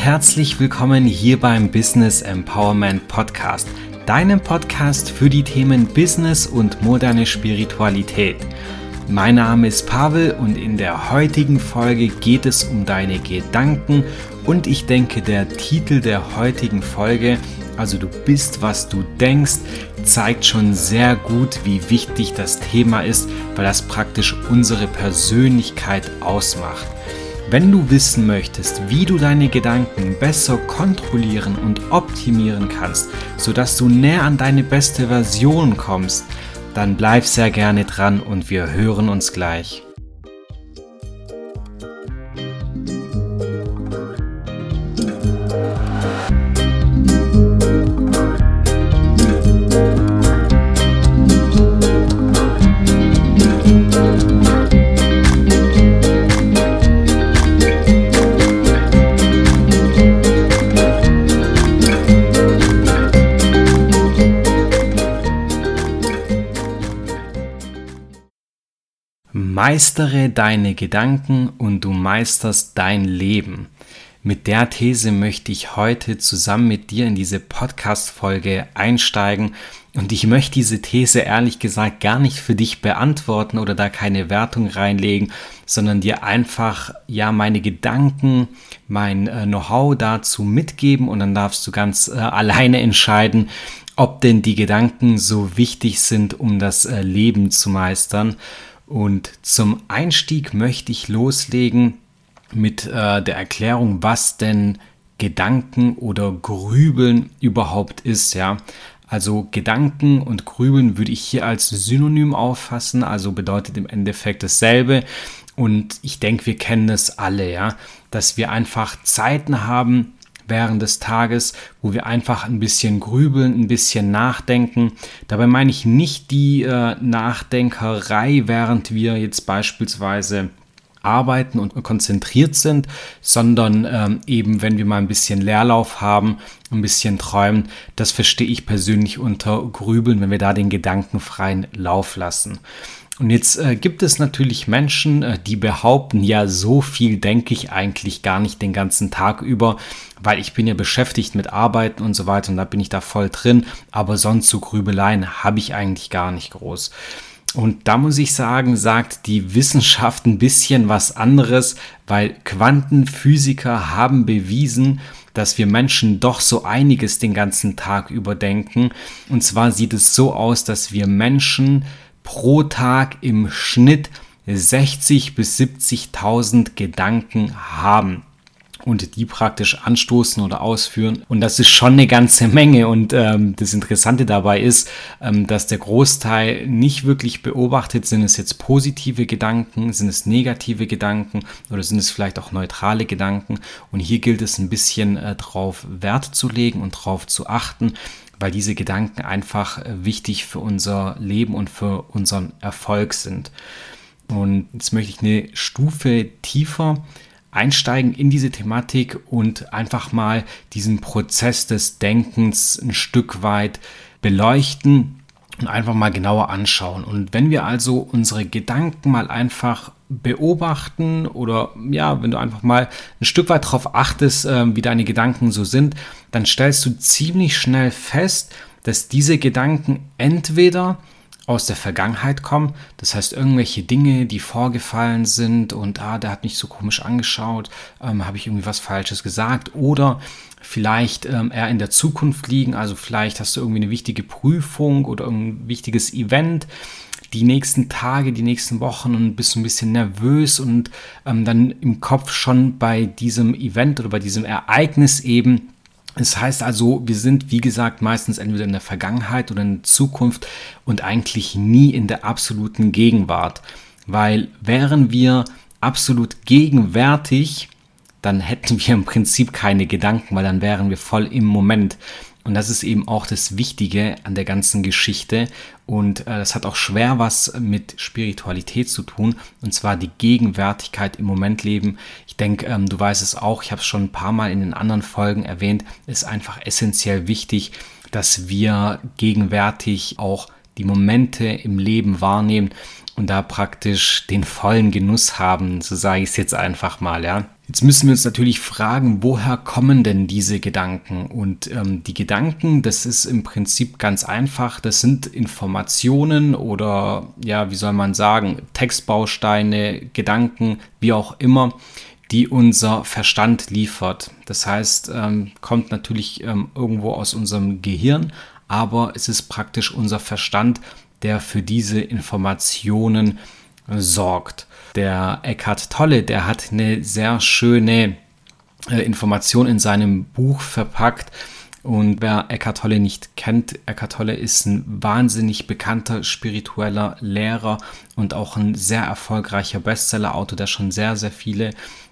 herzlich willkommen hier beim Business Empowerment Podcast, deinem Podcast für die Themen Business und moderne Spiritualität. Mein Name ist Pavel und in der heutigen Folge geht es um deine Gedanken und ich denke, der Titel der heutigen Folge, also du bist, was du denkst, zeigt schon sehr gut, wie wichtig das Thema ist, weil das praktisch unsere Persönlichkeit ausmacht. Wenn du wissen möchtest, wie du deine Gedanken besser kontrollieren und optimieren kannst, sodass du näher an deine beste Version kommst, dann bleib sehr gerne dran und wir hören uns gleich. Meistere deine Gedanken und du meisterst dein Leben. Mit der These möchte ich heute zusammen mit dir in diese Podcast-Folge einsteigen und ich möchte diese These ehrlich gesagt gar nicht für dich beantworten oder da keine Wertung reinlegen, sondern dir einfach meine Gedanken, mein Know-how dazu mitgeben und dann darfst du ganz alleine entscheiden, ob denn die Gedanken so wichtig sind, um das Leben zu meistern. Und zum Einstieg möchte ich loslegen mit der Erklärung, was denn Gedanken oder Grübeln überhaupt ist, ja. Also Gedanken und Grübeln würde ich hier als Synonym auffassen, also bedeutet im Endeffekt dasselbe. Und ich denke, wir kennen das alle, ja, dass wir einfach Zeiten haben während des Tages, wo wir einfach ein bisschen grübeln, ein bisschen nachdenken. Dabei meine ich nicht die Nachdenkerei, während wir jetzt beispielsweise arbeiten und konzentriert sind, sondern eben, wenn wir mal ein bisschen Leerlauf haben, ein bisschen träumen. Das verstehe ich persönlich unter Grübeln, wenn wir da den gedankenfreien Lauf lassen. Und jetzt gibt es natürlich Menschen, die behaupten, ja, so viel denke ich eigentlich gar nicht den ganzen Tag über, weil ich bin ja beschäftigt mit Arbeiten und so weiter und da bin ich da voll drin, aber sonst so Grübeleien habe ich eigentlich gar nicht groß. Und da muss ich sagen, sagt die Wissenschaft ein bisschen was anderes, weil Quantenphysiker haben bewiesen, dass wir Menschen doch so einiges den ganzen Tag überdenken. Und zwar sieht es so aus, dass wir Menschen pro Tag im Schnitt 60.000 bis 70.000 Gedanken haben und die praktisch anstoßen oder ausführen. Und das ist schon eine ganze Menge. Und das Interessante dabei ist, dass der Großteil nicht wirklich beobachtet, sind es jetzt positive Gedanken, sind es negative Gedanken oder sind es vielleicht auch neutrale Gedanken. Und hier gilt es ein bisschen drauf Wert zu legen und drauf zu achten, weil diese Gedanken einfach wichtig für unser Leben und für unseren Erfolg sind. Und jetzt möchte ich eine Stufe tiefer einsteigen in diese Thematik und einfach mal diesen Prozess des Denkens ein Stück weit beleuchten und einfach mal genauer anschauen. Und wenn wir also unsere Gedanken mal einfach beobachten oder wenn du einfach mal ein Stück weit darauf achtest, wie deine Gedanken so sind, dann stellst du ziemlich schnell fest, dass diese Gedanken entweder aus der Vergangenheit kommen, das heißt irgendwelche Dinge, die vorgefallen sind und der hat mich so komisch angeschaut, habe ich irgendwie was Falsches gesagt oder vielleicht eher in der Zukunft liegen, also vielleicht hast du irgendwie eine wichtige Prüfung oder ein wichtiges Event die nächsten Tage, die nächsten Wochen und bist ein bisschen nervös und dann im Kopf schon bei diesem Event oder bei diesem Ereignis eben. Das heißt also, wir sind, wie gesagt, meistens entweder in der Vergangenheit oder in der Zukunft und eigentlich nie in der absoluten Gegenwart. Weil wären wir absolut gegenwärtig, dann hätten wir im Prinzip keine Gedanken, weil dann wären wir voll im Moment. Und das ist eben auch das Wichtige an der ganzen Geschichte. Und das hat auch schwer was mit Spiritualität zu tun. Und zwar die Gegenwärtigkeit im Moment leben. Ich denke, du weißt es auch, ich habe es schon ein paar Mal in den anderen Folgen erwähnt, ist einfach essentiell wichtig, dass wir gegenwärtig auch die Momente im Leben wahrnehmen und da praktisch den vollen Genuss haben, so sage ich es jetzt einfach mal, ja. Jetzt müssen wir uns natürlich fragen, woher kommen denn diese Gedanken? Und die Gedanken, das ist im Prinzip ganz einfach. Das sind Informationen oder, ja, wie soll man sagen, Textbausteine, Gedanken, wie auch immer, die unser Verstand liefert. Das heißt, kommt natürlich irgendwo aus unserem Gehirn, aber es ist praktisch unser Verstand, der für diese Informationen sorgt. Der Eckhart Tolle, der hat eine sehr schöne Information in seinem Buch verpackt. Und wer Eckhart Tolle nicht kennt, Eckhart Tolle ist ein wahnsinnig bekannter spiritueller Lehrer und auch ein sehr erfolgreicher Bestsellerautor, der schon sehr, sehr viele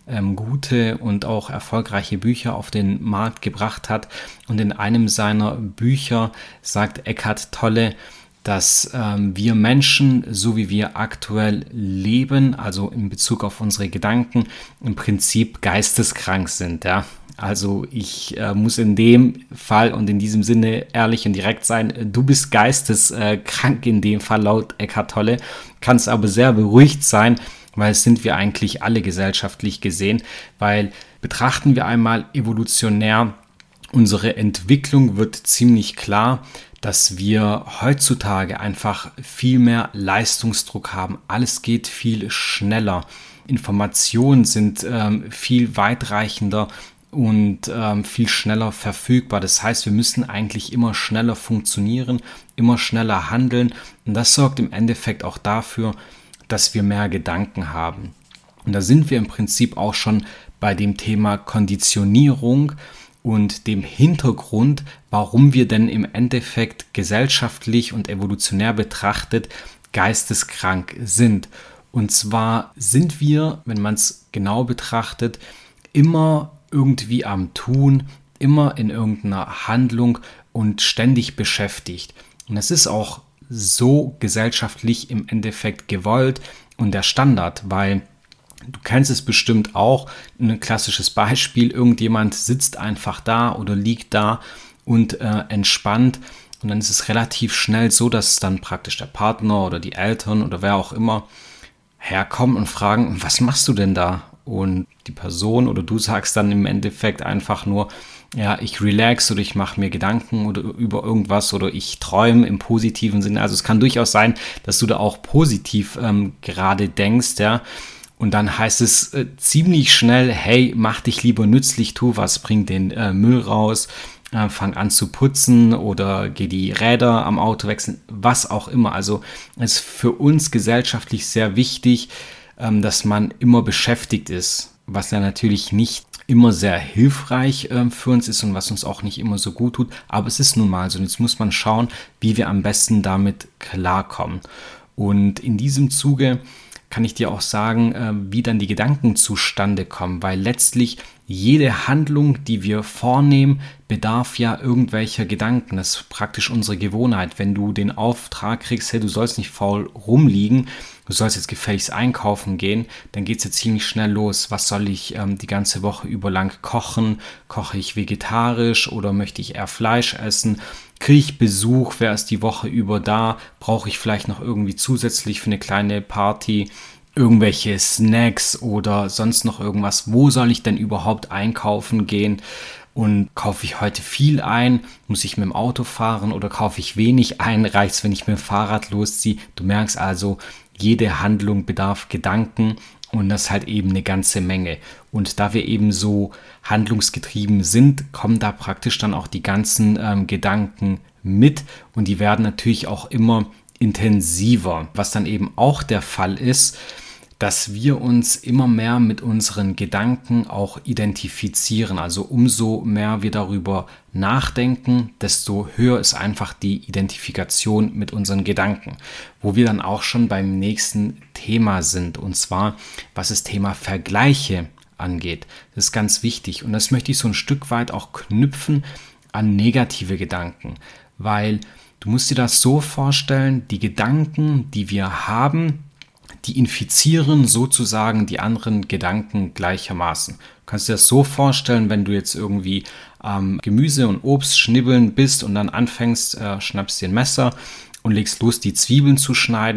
gute und auch erfolgreiche Bücher auf den Markt gebracht hat. Und in einem seiner Bücher sagt Eckhart Tolle, dass wir Menschen, so wie wir aktuell leben, also in Bezug auf unsere Gedanken, im Prinzip geisteskrank sind. Ja? Also ich muss in dem Fall und in diesem Sinne ehrlich und direkt sein, du bist geisteskrank in dem Fall laut Eckhart Tolle, kannst aber sehr beruhigt sein, weil es sind wir eigentlich alle gesellschaftlich gesehen, weil betrachten wir einmal evolutionär, unsere Entwicklung wird ziemlich klar, dass wir heutzutage einfach viel mehr Leistungsdruck haben. Alles geht viel schneller. Informationen sind viel weitreichender und viel schneller verfügbar. Das heißt, wir müssen eigentlich immer schneller funktionieren, immer schneller handeln. Und das sorgt im Endeffekt auch dafür, dass wir mehr Gedanken haben. Und da sind wir im Prinzip auch schon bei dem Thema Konditionierung und dem Hintergrund, warum wir denn im Endeffekt gesellschaftlich und evolutionär betrachtet geisteskrank sind. Und zwar sind wir, wenn man es genau betrachtet, immer irgendwie am Tun, immer in irgendeiner Handlung und ständig beschäftigt. Und es ist auch so gesellschaftlich im Endeffekt gewollt und der Standard, weil du kennst es bestimmt auch, ein klassisches Beispiel, irgendjemand sitzt einfach da oder liegt da und entspannt und dann ist es relativ schnell so, dass dann praktisch der Partner oder die Eltern oder wer auch immer herkommen und fragen, was machst du denn da? Und die Person oder du sagst dann im Endeffekt einfach nur, ja, ich relax oder ich mache mir Gedanken oder über irgendwas oder ich träume im positiven Sinne. Also es kann durchaus sein, dass du da auch positiv gerade denkst, ja. Und dann heißt es ziemlich schnell, hey, mach dich lieber nützlich, tu was, bring den Müll raus, fang an zu putzen oder geh die Räder am Auto wechseln, was auch immer. Also es ist für uns gesellschaftlich sehr wichtig, dass man immer beschäftigt ist, was ja natürlich nicht immer sehr hilfreich für uns ist und was uns auch nicht immer so gut tut. Aber es ist nun mal so. Und jetzt muss man schauen, wie wir am besten damit klarkommen. Und in diesem Zuge kann ich dir auch sagen, wie dann die Gedanken zustande kommen, weil letztlich jede Handlung, die wir vornehmen, bedarf ja irgendwelcher Gedanken. Das ist praktisch unsere Gewohnheit. Wenn du den Auftrag kriegst, hey, du sollst nicht faul rumliegen, du sollst jetzt gefälligst einkaufen gehen, dann geht es jetzt ziemlich schnell los. Was soll ich die ganze Woche über lang kochen? Koche ich vegetarisch oder möchte ich eher Fleisch essen? Kriege ich Besuch? Wer ist die Woche über da? Brauche ich vielleicht noch irgendwie zusätzlich für eine kleine Party irgendwelche Snacks oder sonst noch irgendwas? Wo soll ich denn überhaupt einkaufen gehen? Und kaufe ich heute viel ein? Muss ich mit dem Auto fahren oder kaufe ich wenig ein? Reicht es, wenn ich mit dem Fahrrad losziehe? Du merkst also, jede Handlung bedarf Gedanken und das halt eben eine ganze Menge. Und da wir eben so handlungsgetrieben sind, kommen da praktisch dann auch die ganzen Gedanken mit und die werden natürlich auch immer intensiver. Was dann eben auch der Fall ist, dass wir uns immer mehr mit unseren Gedanken auch identifizieren. Also umso mehr wir darüber nachdenken, desto höher ist einfach die Identifikation mit unseren Gedanken. Wo wir dann auch schon beim nächsten Thema sind, und zwar was das Thema Vergleiche angeht. Das ist ganz wichtig und das möchte ich so ein Stück weit auch knüpfen an negative Gedanken, weil du musst dir das so vorstellen, die Gedanken, die wir haben, die infizieren sozusagen die anderen Gedanken gleichermaßen. Du kannst dir das so vorstellen, wenn du jetzt irgendwie Gemüse und Obst schnibbeln bist und dann anfängst, schnappst dir ein Messer und legst los, die Zwiebeln zu schneiden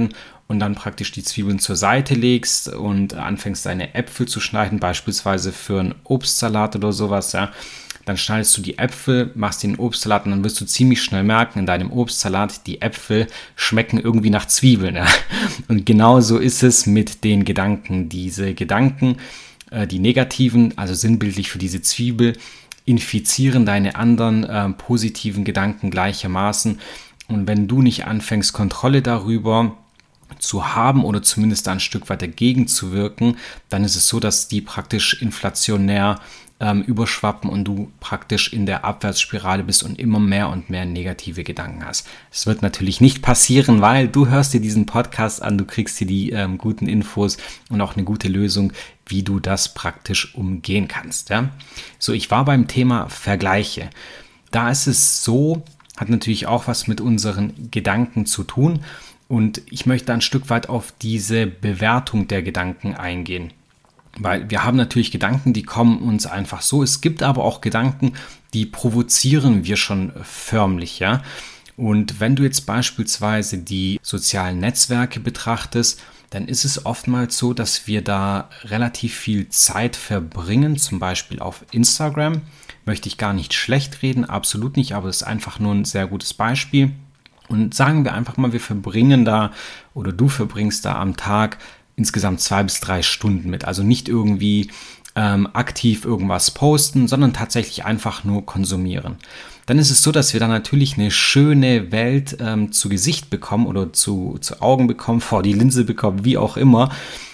und dann praktisch die Zwiebeln zur Seite legst und anfängst deine Äpfel zu schneiden, beispielsweise für einen Obstsalat oder sowas, ja, dann schneidest du die Äpfel, machst den Obstsalat und dann wirst du ziemlich schnell merken, in deinem Obstsalat, die Äpfel schmecken irgendwie nach Zwiebeln. Ja. Und genauso ist es mit den Gedanken. Diese Gedanken, die negativen, also sinnbildlich für diese Zwiebel, infizieren deine anderen positiven Gedanken gleichermaßen. Und wenn du nicht anfängst, Kontrolle darüber zu haben oder zumindest ein Stück weit dagegen zu wirken, dann ist es so, dass die praktisch inflationär überschwappen und du praktisch in der Abwärtsspirale bist und immer mehr und mehr negative Gedanken hast. Es wird natürlich nicht passieren, weil du hörst dir diesen Podcast an, du kriegst hier die guten Infos und auch eine gute Lösung, wie du das praktisch umgehen kannst. Ja? So, ich war beim Thema Vergleiche. Da ist es so, hat natürlich auch was mit unseren Gedanken zu tun und ich möchte ein Stück weit auf diese Bewertung der Gedanken eingehen. Weil wir haben natürlich Gedanken, die kommen uns einfach so. Es gibt aber auch Gedanken, die provozieren wir schon förmlich, ja. Und wenn du jetzt beispielsweise die sozialen Netzwerke betrachtest, dann ist es oftmals so, dass wir da relativ viel Zeit verbringen, zum Beispiel auf Instagram. Möchte ich gar nicht schlecht reden, absolut nicht, aber es ist einfach nur ein sehr gutes Beispiel. Und sagen wir einfach mal, wir verbringen da oder du verbringst da am Tag insgesamt 2 bis 3 Stunden mit. Also nicht irgendwie aktiv irgendwas posten, sondern tatsächlich einfach nur konsumieren. Dann ist es so, dass wir dann natürlich eine schöne Welt zu Gesicht bekommen oder zu Augen bekommen, vor die Linse bekommen, wie auch immer.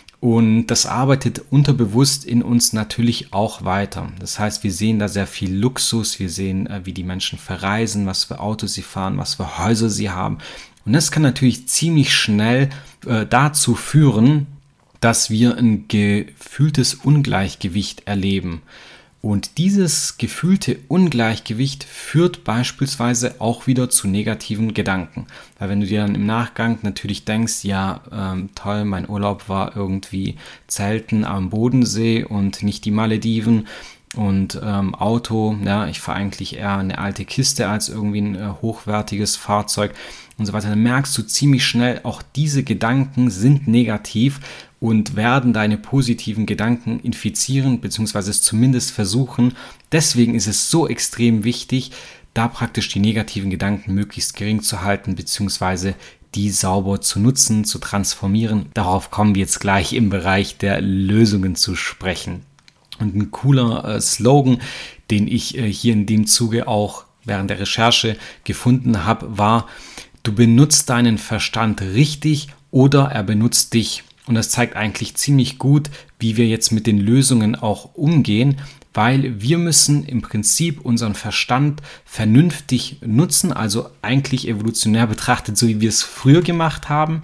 Und das arbeitet unterbewusst in uns natürlich auch weiter. Das heißt, wir sehen da sehr viel Luxus, wir sehen, wie die Menschen verreisen, was für Autos sie fahren, was für Häuser sie haben. Und das kann natürlich ziemlich schnell dazu führen, dass wir ein gefühltes Ungleichgewicht erleben. Und dieses gefühlte Ungleichgewicht führt beispielsweise auch wieder zu negativen Gedanken. Weil wenn du dir dann im Nachgang natürlich denkst, ja, toll, mein Urlaub war irgendwie Zelten am Bodensee und nicht die Malediven. Und Auto, ja, ich fahre eigentlich eher eine alte Kiste als irgendwie ein hochwertiges Fahrzeug und so weiter. Dann merkst du ziemlich schnell, auch diese Gedanken sind negativ und werden deine positiven Gedanken infizieren, beziehungsweise es zumindest versuchen. Deswegen ist es so extrem wichtig, da praktisch die negativen Gedanken möglichst gering zu halten, beziehungsweise die sauber zu nutzen, zu transformieren. Darauf kommen wir jetzt gleich im Bereich der Lösungen zu sprechen. Und ein cooler Slogan, den ich hier in dem Zuge auch während der Recherche gefunden habe, war: Du benutzt deinen Verstand richtig oder er benutzt dich. Und das zeigt eigentlich ziemlich gut, wie wir jetzt mit den Lösungen auch umgehen, weil wir müssen im Prinzip unseren Verstand vernünftig nutzen, also eigentlich evolutionär betrachtet, so wie wir es früher gemacht haben,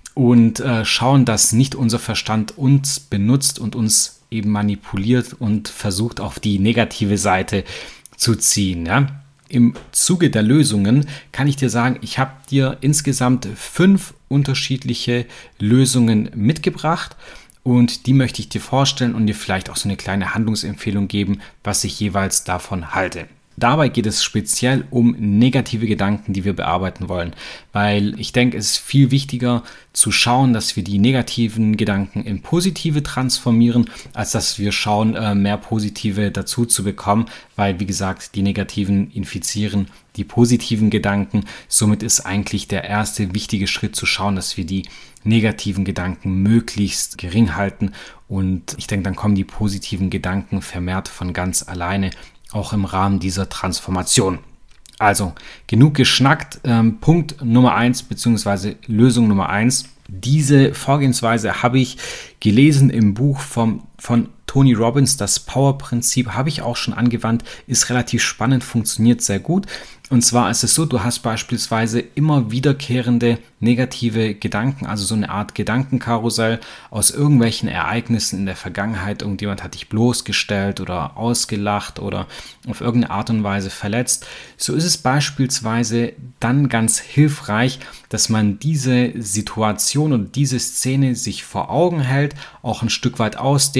und schauen, dass nicht unser Verstand uns benutzt und uns eben manipuliert und versucht, auf die negative Seite zu ziehen. Ja? Im Zuge der Lösungen kann ich dir sagen, ich habe dir insgesamt 5 unterschiedliche Lösungen mitgebracht und die möchte ich dir vorstellen und dir vielleicht auch so eine kleine Handlungsempfehlung geben, was ich jeweils davon halte. Dabei geht es speziell um negative Gedanken, die wir bearbeiten wollen, weil ich denke, es ist viel wichtiger zu schauen, dass wir die negativen Gedanken in positive transformieren, als dass wir schauen, mehr positive dazu zu bekommen, weil, wie gesagt, die negativen infizieren die positiven Gedanken. Somit ist eigentlich der erste wichtige Schritt zu schauen, dass wir die negativen Gedanken möglichst gering halten und ich denke, dann kommen die positiven Gedanken vermehrt von ganz alleine, auch im Rahmen dieser Transformation. Also, genug geschnackt. Punkt Nummer 1 bzw. Lösung Nummer 1. Diese Vorgehensweise habe ich gelesen im Buch von Tony Robbins. Das Power-Prinzip habe ich auch schon angewandt, ist relativ spannend, funktioniert sehr gut. Und zwar ist es so, du hast beispielsweise immer wiederkehrende negative Gedanken, also so eine Art Gedankenkarussell aus irgendwelchen Ereignissen in der Vergangenheit. Irgendjemand hat dich bloßgestellt oder ausgelacht oder auf irgendeine Art und Weise verletzt. So ist es beispielsweise dann ganz hilfreich, dass man diese Situation und diese Szene sich vor Augen hält, auch ein Stück weit ausdehnt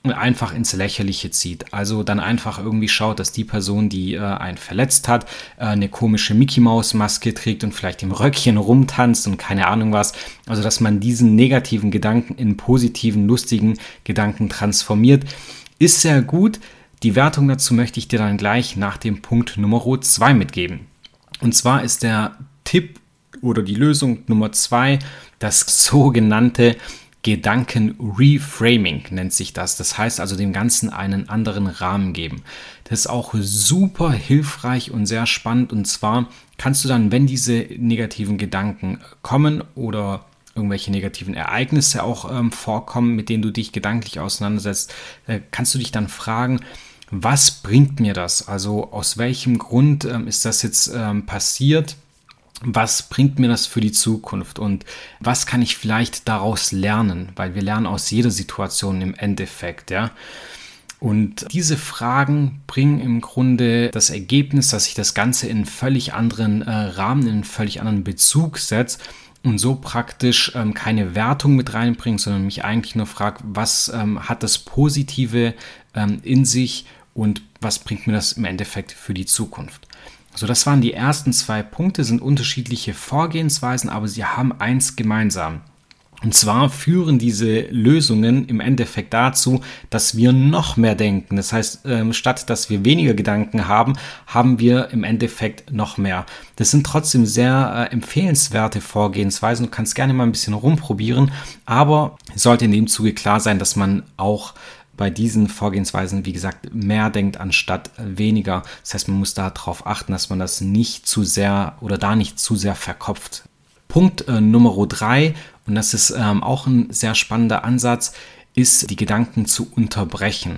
einfach ins Lächerliche zieht. Also dann einfach irgendwie schaut, dass die Person, die einen verletzt hat, eine komische Mickey-Maus-Maske trägt und vielleicht im Röckchen rumtanzt und keine Ahnung was. Also dass man diesen negativen Gedanken in positiven, lustigen Gedanken transformiert, ist sehr gut. Die Wertung dazu möchte ich dir dann gleich nach dem Punkt Nummer 2 mitgeben. Und zwar ist der Tipp oder die Lösung Nummer 2 das sogenannte Gedanken-Reframing nennt sich das. Das heißt also dem Ganzen einen anderen Rahmen geben. Das ist auch super hilfreich und sehr spannend. Und zwar kannst du dann, wenn diese negativen Gedanken kommen oder irgendwelche negativen Ereignisse auch vorkommen, mit denen du dich gedanklich auseinandersetzt, kannst du dich dann fragen, was bringt mir das? Also aus welchem Grund ist das jetzt passiert? Was bringt mir das für die Zukunft und was kann ich vielleicht daraus lernen? Weil wir lernen aus jeder Situation im Endeffekt, ja. Und diese Fragen bringen im Grunde das Ergebnis, dass ich das Ganze in einen völlig anderen Rahmen, in einen völlig anderen Bezug setze und so praktisch keine Wertung mit reinbringe, sondern mich eigentlich nur frage, was hat das Positive in sich und was bringt mir das im Endeffekt für die Zukunft? So, das waren die ersten 2 Punkte, sind unterschiedliche Vorgehensweisen, aber sie haben eins gemeinsam. Und zwar führen diese Lösungen im Endeffekt dazu, dass wir noch mehr denken. Das heißt, statt dass wir weniger Gedanken haben, haben wir im Endeffekt noch mehr. Das sind trotzdem sehr empfehlenswerte Vorgehensweisen. Du kannst gerne mal ein bisschen rumprobieren, aber es sollte in dem Zuge klar sein, dass man auch bei diesen Vorgehensweisen, wie gesagt, mehr denkt anstatt weniger. Das heißt, man muss darauf achten, dass man das nicht zu sehr oder da nicht zu sehr verkopft. Punkt Nummer 3, und das ist auch ein sehr spannender Ansatz, ist die Gedanken zu unterbrechen.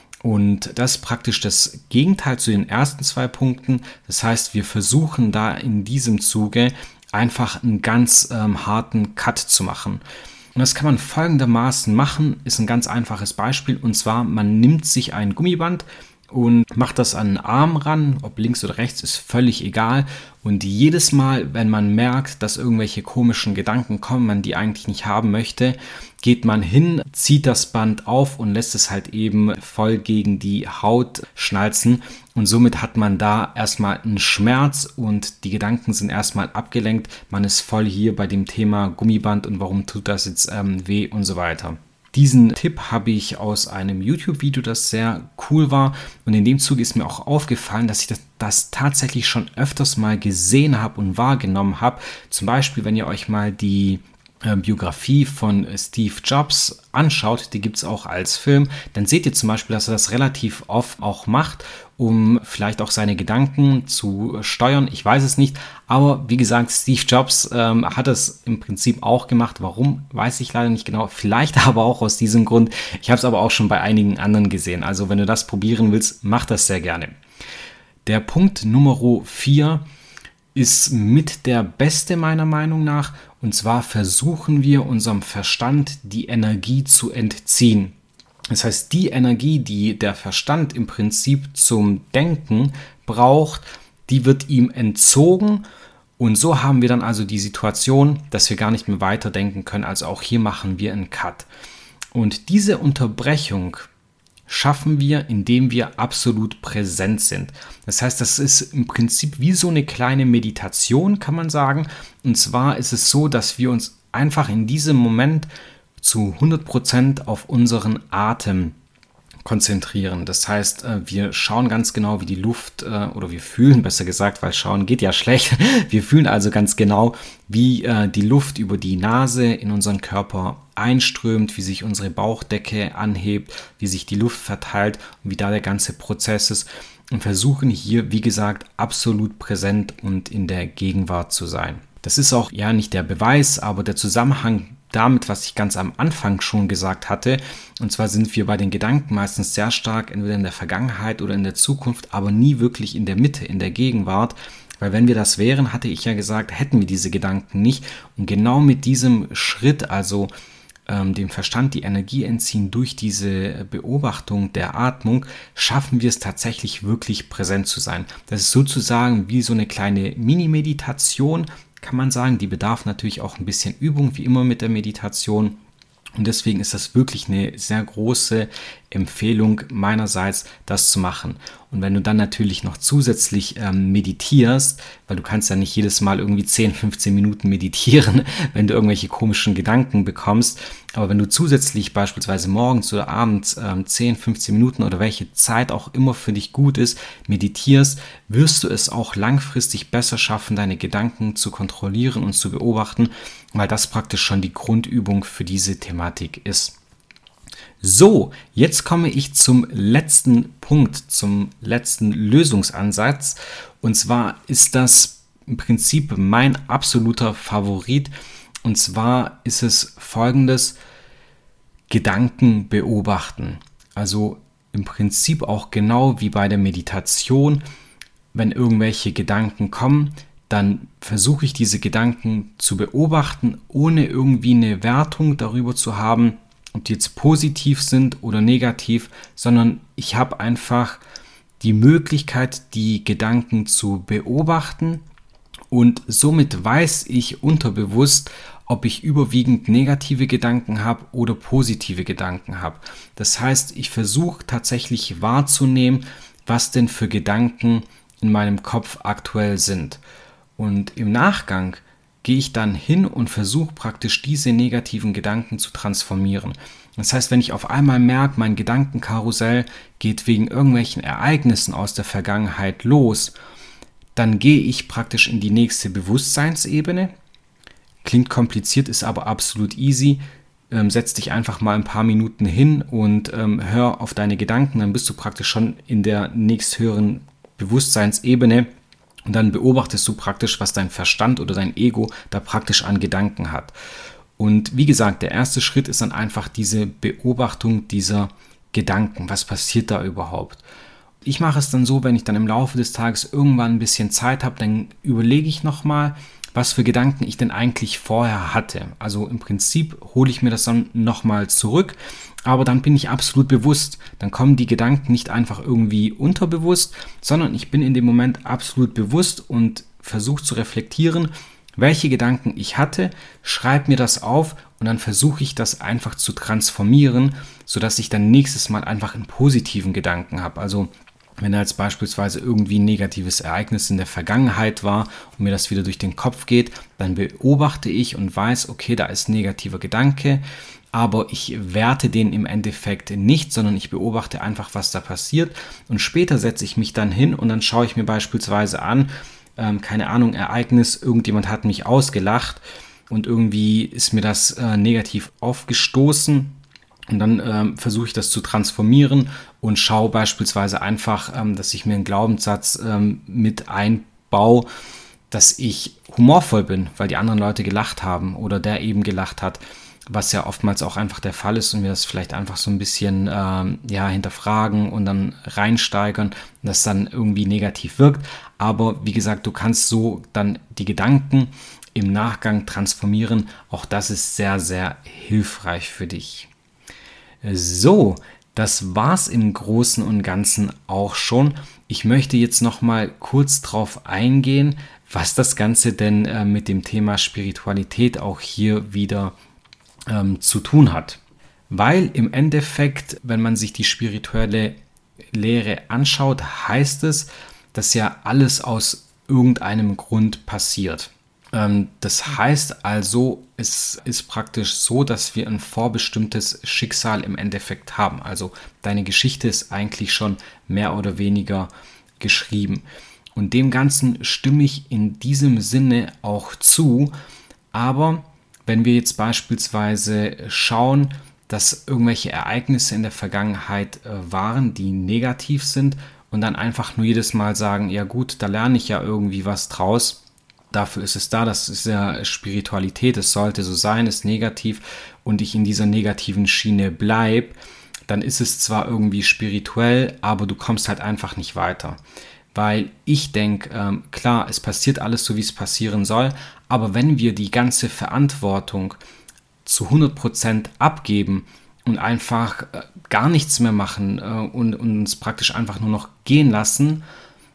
Und das ist praktisch das Gegenteil zu den ersten 2 Punkten. Das heißt, wir versuchen da in diesem Zuge einfach einen ganz harten Cut zu machen. Und das kann man folgendermaßen machen, ist ein ganz einfaches Beispiel. Und zwar, man nimmt sich ein Gummiband und macht das an den Arm ran, ob links oder rechts, ist völlig egal. Und jedes Mal, wenn man merkt, dass irgendwelche komischen Gedanken kommen, man die eigentlich nicht haben möchte, geht man hin, zieht das Band auf und lässt es halt eben voll gegen die Haut schnalzen. Und somit hat man da erstmal einen Schmerz und die Gedanken sind erstmal abgelenkt. Man ist voll hier bei dem Thema Gummiband und warum tut das jetzt weh und so weiter. Diesen Tipp habe ich aus einem YouTube-Video, das sehr cool war. Und in dem Zuge ist mir auch aufgefallen, dass ich das tatsächlich schon öfters mal gesehen habe und wahrgenommen habe. Zum Beispiel, wenn ihr euch mal die Biografie von Steve Jobs anschaut, die gibt es auch als Film, dann seht ihr zum Beispiel, dass er das relativ oft auch macht, um vielleicht auch seine Gedanken zu steuern. Ich weiß es nicht, aber wie gesagt, Steve Jobs hat es im Prinzip auch gemacht. Warum, weiß ich leider nicht genau. Vielleicht aber auch aus diesem Grund. Ich habe es aber auch schon bei einigen anderen gesehen. Also wenn du das probieren willst, mach das sehr gerne. Der Punkt Nummer 4 ist mit der beste meiner Meinung nach. Und zwar versuchen wir unserem Verstand die Energie zu entziehen. Das heißt, die Energie, die der Verstand im Prinzip zum Denken braucht, die wird ihm entzogen. Und so haben wir dann also die Situation, dass wir gar nicht mehr weiterdenken können. Also auch hier machen wir einen Cut. Und diese Unterbrechung schaffen wir, indem wir absolut präsent sind. Das heißt, das ist im Prinzip wie so eine kleine Meditation, kann man sagen. Und zwar ist es so, dass wir uns einfach in diesem Moment zu 100% auf unseren Atem konzentrieren. Das heißt, wir schauen ganz genau, wie die Luft, oder wir fühlen, besser gesagt, weil schauen geht ja schlecht. Wir fühlen also ganz genau, wie die Luft über die Nase in unseren Körper einströmt, wie sich unsere Bauchdecke anhebt, wie sich die Luft verteilt und wie da der ganze Prozess ist. Und versuchen hier, wie gesagt, absolut präsent und in der Gegenwart zu sein. Das ist auch ja nicht der Beweis, aber der Zusammenhang damit, was ich ganz am Anfang schon gesagt hatte. Und zwar sind wir bei den Gedanken meistens sehr stark entweder in der Vergangenheit oder in der Zukunft, aber nie wirklich in der Mitte, in der Gegenwart. Weil wenn wir das wären, hatte ich ja gesagt, hätten wir diese Gedanken nicht. Und genau mit diesem Schritt, also dem Verstand die Energie entziehen durch diese Beobachtung der Atmung, schaffen wir es tatsächlich wirklich präsent zu sein. Das ist sozusagen wie so eine kleine Mini-Meditation, kann man sagen. Die bedarf natürlich auch ein bisschen Übung, wie immer mit der Meditation. Und deswegen ist das wirklich eine sehr große Empfehlung meinerseits, das zu machen. Und wenn du dann natürlich noch zusätzlich meditierst, weil du kannst ja nicht jedes Mal irgendwie 10, 15 Minuten meditieren, wenn du irgendwelche komischen Gedanken bekommst, aber wenn du zusätzlich beispielsweise morgens oder abends 10, 15 Minuten oder welche Zeit auch immer für dich gut ist, meditierst, wirst du es auch langfristig besser schaffen, deine Gedanken zu kontrollieren und zu beobachten, weil das praktisch schon die Grundübung für diese Thematik ist. So, jetzt komme ich zum letzten Punkt, zum letzten Lösungsansatz. Und zwar ist das im Prinzip mein absoluter Favorit. Und zwar ist es folgendes: Gedanken beobachten. Also im Prinzip auch genau wie bei der Meditation. Wenn irgendwelche Gedanken kommen, dann versuche ich diese Gedanken zu beobachten, ohne irgendwie eine Wertung darüber zu haben, ob die jetzt positiv sind oder negativ, sondern ich habe einfach die Möglichkeit, die Gedanken zu beobachten und somit weiß ich unterbewusst, ob ich überwiegend negative Gedanken habe oder positive Gedanken habe. Das heißt, ich versuche tatsächlich wahrzunehmen, was denn für Gedanken in meinem Kopf aktuell sind. Und im Nachgang gehe ich dann hin und versuche praktisch diese negativen Gedanken zu transformieren. Das heißt, wenn ich auf einmal merke, mein Gedankenkarussell geht wegen irgendwelchen Ereignissen aus der Vergangenheit los, dann gehe ich praktisch in die nächste Bewusstseinsebene. Klingt kompliziert, ist aber absolut easy. Setz dich einfach mal ein paar Minuten hin und hör auf deine Gedanken, dann bist du praktisch schon in der nächsthöheren Bewusstseinsebene. Und dann beobachtest du praktisch, was dein Verstand oder dein Ego da praktisch an Gedanken hat. Und wie gesagt, der erste Schritt ist dann einfach diese Beobachtung dieser Gedanken. Was passiert da überhaupt? Ich mache es dann so, wenn ich dann im Laufe des Tages irgendwann ein bisschen Zeit habe, dann überlege ich nochmal, was für Gedanken ich denn eigentlich vorher hatte. Also im Prinzip hole ich mir das dann nochmal zurück, aber dann bin ich absolut bewusst. Dann kommen die Gedanken nicht einfach irgendwie unterbewusst, sondern ich bin in dem Moment absolut bewusst und versuche zu reflektieren, welche Gedanken ich hatte, schreibe mir das auf und dann versuche ich das einfach zu transformieren, sodass ich dann nächstes Mal einfach einen positiven Gedanken habe. Also wenn da jetzt beispielsweise irgendwie ein negatives Ereignis in der Vergangenheit war und mir das wieder durch den Kopf geht, dann beobachte ich und weiß, okay, da ist ein negativer Gedanke, aber ich werte den im Endeffekt nicht, sondern ich beobachte einfach, was da passiert und später setze ich mich dann hin und dann schaue ich mir beispielsweise an, keine Ahnung, Ereignis, irgendjemand hat mich ausgelacht und irgendwie ist mir das negativ aufgestoßen. Und dann versuche ich das zu transformieren und schaue beispielsweise einfach, dass ich mir einen Glaubenssatz mit einbaue, dass ich humorvoll bin, weil die anderen Leute gelacht haben oder der eben gelacht hat, was ja oftmals auch einfach der Fall ist und wir das vielleicht einfach so ein bisschen hinterfragen und dann reinsteigern und das dann irgendwie negativ wirkt. Aber wie gesagt, du kannst so dann die Gedanken im Nachgang transformieren. Auch das ist sehr, sehr hilfreich für dich. So, das war's im Großen und Ganzen auch schon. Ich möchte jetzt noch mal kurz drauf eingehen, was das Ganze denn mit dem Thema Spiritualität auch hier wieder zu tun hat. Weil im Endeffekt, wenn man sich die spirituelle Lehre anschaut, heißt es, dass ja alles aus irgendeinem Grund passiert. Das heißt also, es ist praktisch so, dass wir ein vorbestimmtes Schicksal im Endeffekt haben. Also deine Geschichte ist eigentlich schon mehr oder weniger geschrieben. Und dem Ganzen stimme ich in diesem Sinne auch zu. Aber wenn wir jetzt beispielsweise schauen, dass irgendwelche Ereignisse in der Vergangenheit waren, die negativ sind und dann einfach nur jedes Mal sagen, ja gut, da lerne ich ja irgendwie was draus. Dafür ist es da, das ist ja Spiritualität, es sollte so sein, ist negativ und ich in dieser negativen Schiene bleibe, dann ist es zwar irgendwie spirituell, aber du kommst halt einfach nicht weiter. Weil ich denke, klar, es passiert alles so, wie es passieren soll, aber wenn wir die ganze Verantwortung zu 100% abgeben und einfach gar nichts mehr machen und uns praktisch einfach nur noch gehen lassen,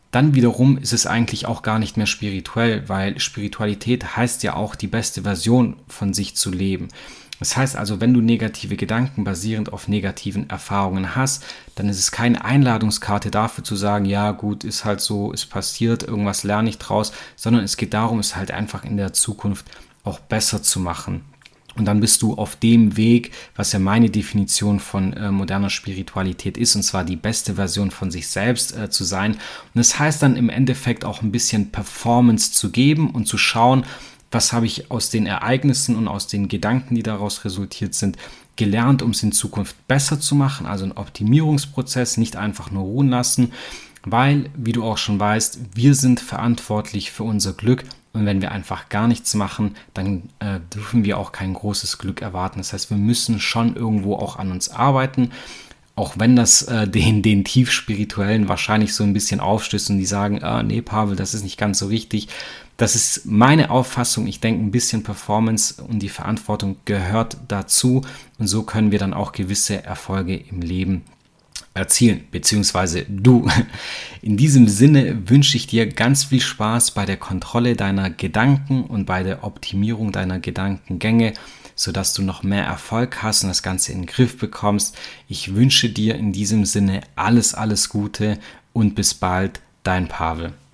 dann wiederum ist es eigentlich auch gar nicht mehr spirituell, weil Spiritualität heißt ja auch, die beste Version von sich zu leben. Das heißt also, wenn du negative Gedanken basierend auf negativen Erfahrungen hast, dann ist es keine Einladungskarte dafür zu sagen, ja gut, ist halt so, ist passiert, irgendwas lerne ich draus, sondern es geht darum, es halt einfach in der Zukunft auch besser zu machen. Und dann bist du auf dem Weg, was ja meine Definition von moderner Spiritualität ist, und zwar die beste Version von sich selbst zu sein. Und das heißt dann im Endeffekt auch ein bisschen Performance zu geben und zu schauen, was habe ich aus den Ereignissen und aus den Gedanken, die daraus resultiert sind, gelernt, um es in Zukunft besser zu machen. Also ein Optimierungsprozess, nicht einfach nur ruhen lassen, weil, wie du auch schon weißt, wir sind verantwortlich für unser Glück. Und wenn wir einfach gar nichts machen, dann dürfen wir auch kein großes Glück erwarten. Das heißt, wir müssen schon irgendwo auch an uns arbeiten, auch wenn das den Tiefspirituellen wahrscheinlich so ein bisschen aufstößt und die sagen, nee Pavel, das ist nicht ganz so richtig. Das ist meine Auffassung. Ich denke, ein bisschen Performance und die Verantwortung gehört dazu. Und so können wir dann auch gewisse Erfolge im Leben erzielen, beziehungsweise du. In diesem Sinne wünsche ich dir ganz viel Spaß bei der Kontrolle deiner Gedanken und bei der Optimierung deiner Gedankengänge, sodass du noch mehr Erfolg hast und das Ganze in den Griff bekommst. Ich wünsche dir in diesem Sinne alles Gute und bis bald, dein Pavel.